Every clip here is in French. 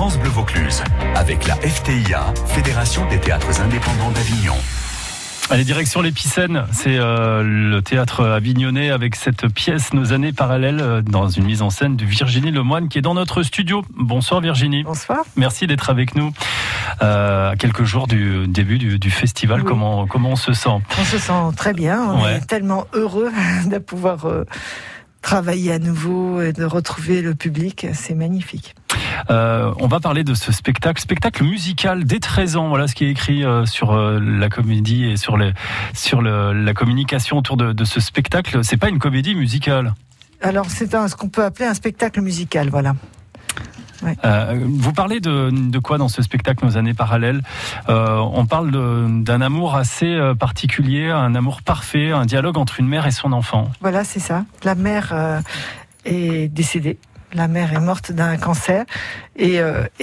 France Bleu Vaucluse, avec la FTIA, Fédération des théâtres indépendants d'Avignon. Allez, direction l'Épicène, c'est le théâtre avignonnais avec cette pièce Nos années parallèles dans une mise en scène de Virginie Lemoine qui est dans notre studio. Bonsoir Virginie. Bonsoir. Merci d'être avec nous. À quelques jours du début du festival, oui. Comment on se sent ? On se sent très bien, on est tellement heureux de pouvoir travailler à nouveau et de retrouver le public, c'est magnifique. On va parler de ce spectacle musical dès 13 ans. Voilà ce qui est écrit sur la comédie et sur la communication autour de ce spectacle. C'est pas une comédie musicale. Alors c'est ce qu'on peut appeler un spectacle musical, voilà. Ouais. Vous parlez de quoi dans ce spectacle Nos années parallèles ? On parle d'un amour assez particulier, un amour parfait, un dialogue entre une mère et son enfant. Voilà, c'est ça. La mère est décédée. La mère est morte d'un cancer et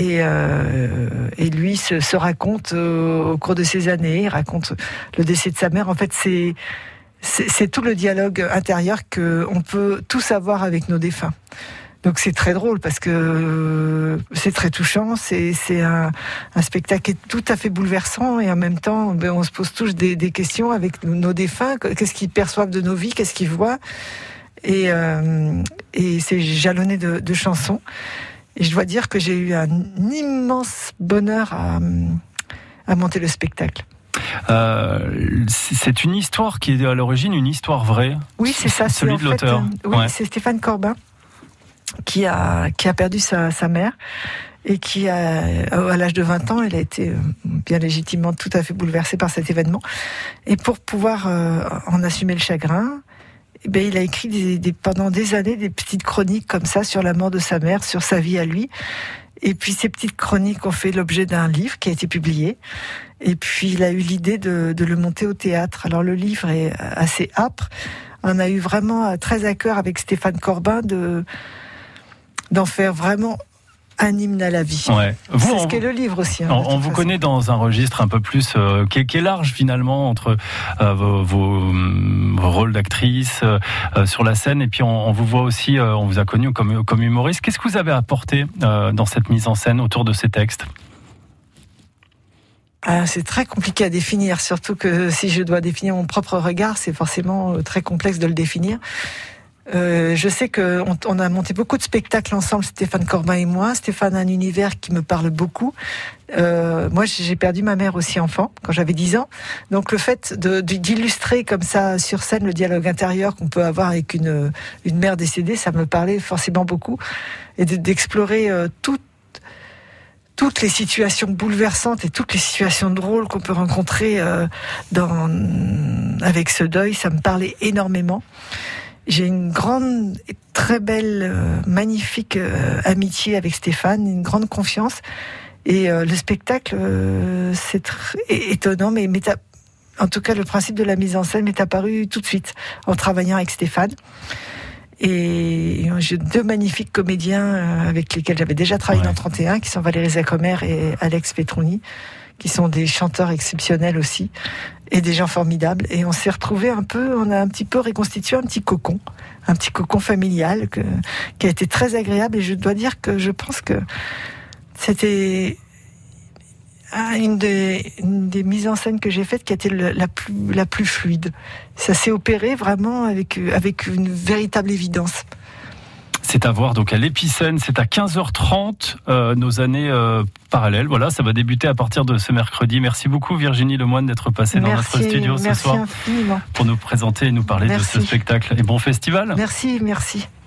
lui se raconte au cours de ces années, il raconte le décès de sa mère. En fait, c'est tout le dialogue intérieur qu'on peut tous avoir avec nos défunts. Donc c'est très drôle parce que c'est très touchant, c'est un spectacle qui est tout à fait bouleversant et en même temps on se pose tous des questions avec nos défunts, qu'est-ce qu'ils perçoivent de nos vies, qu'est-ce qu'ils voient. Et c'est jalonné de chansons. Et je dois dire que j'ai eu un immense bonheur à monter le spectacle. C'est une histoire qui est à l'origine une histoire vraie. Oui, c'est ça. Celui de l'auteur. C'est Stéphane Corbin qui a perdu sa mère et qui à l'âge de 20 ans, elle a été bien légitimement tout à fait bouleversée par cet événement. Et pour pouvoir en assumer le chagrin, il a écrit pendant des années des petites chroniques comme ça sur la mort de sa mère, sur sa vie à lui. Et puis ces petites chroniques ont fait l'objet d'un livre qui a été publié. Et puis il a eu l'idée de le monter au théâtre. Alors le livre est assez âpre. On a eu vraiment très à cœur avec Stéphane Corbin d'en faire vraiment un hymne à la vie. Ouais. C'est ce qu'est le livre aussi. On vous connaît dans un registre un peu plus qui est large finalement entre vos rôles d'actrice sur la scène et puis on vous voit aussi, on vous a connu comme humoriste. Qu'est-ce que vous avez apporté dans cette mise en scène autour de ces textes ? C'est très compliqué à définir, surtout que si je dois définir mon propre regard, c'est forcément très complexe de le définir. Je sais qu'on a monté beaucoup de spectacles ensemble, Stéphane Corbin et moi. Stéphane a un univers qui me parle beaucoup. Moi, j'ai perdu ma mère aussi enfant, quand j'avais 10 ans. Donc le fait d'illustrer comme ça sur scène le dialogue intérieur qu'on peut avoir avec une mère décédée, ça me parlait forcément beaucoup. Et d'explorer toutes les situations bouleversantes et toutes les situations drôles qu'on peut rencontrer avec ce deuil, ça me parlait énormément. J'ai une grande, très belle, magnifique amitié avec Stéphane, une grande confiance. Et le spectacle, c'est étonnant, mais en tout cas, le principe de la mise en scène m'est apparu tout de suite en travaillant avec Stéphane. Et j'ai 2 magnifiques comédiens avec lesquels j'avais déjà travaillé dans 31, qui sont Valérie Zaccomer et Alex Petroni, qui sont des chanteurs exceptionnels aussi, et des gens formidables. Et on s'est retrouvés on a un petit peu reconstitué un petit cocon familial qui a été très agréable. Et je dois dire que je pense que c'était une des mises en scène que j'ai faites qui a été la plus fluide. Ça s'est opéré vraiment avec une véritable évidence. C'est à voir donc à l'Épicène, c'est à 15h30, Nos années parallèles. Voilà, ça va débuter à partir de ce mercredi. Merci beaucoup Virginie Lemoine d'être passée dans notre studio ce soir infiniment. pour nous présenter et nous parler de ce spectacle. Et bon festival. Merci.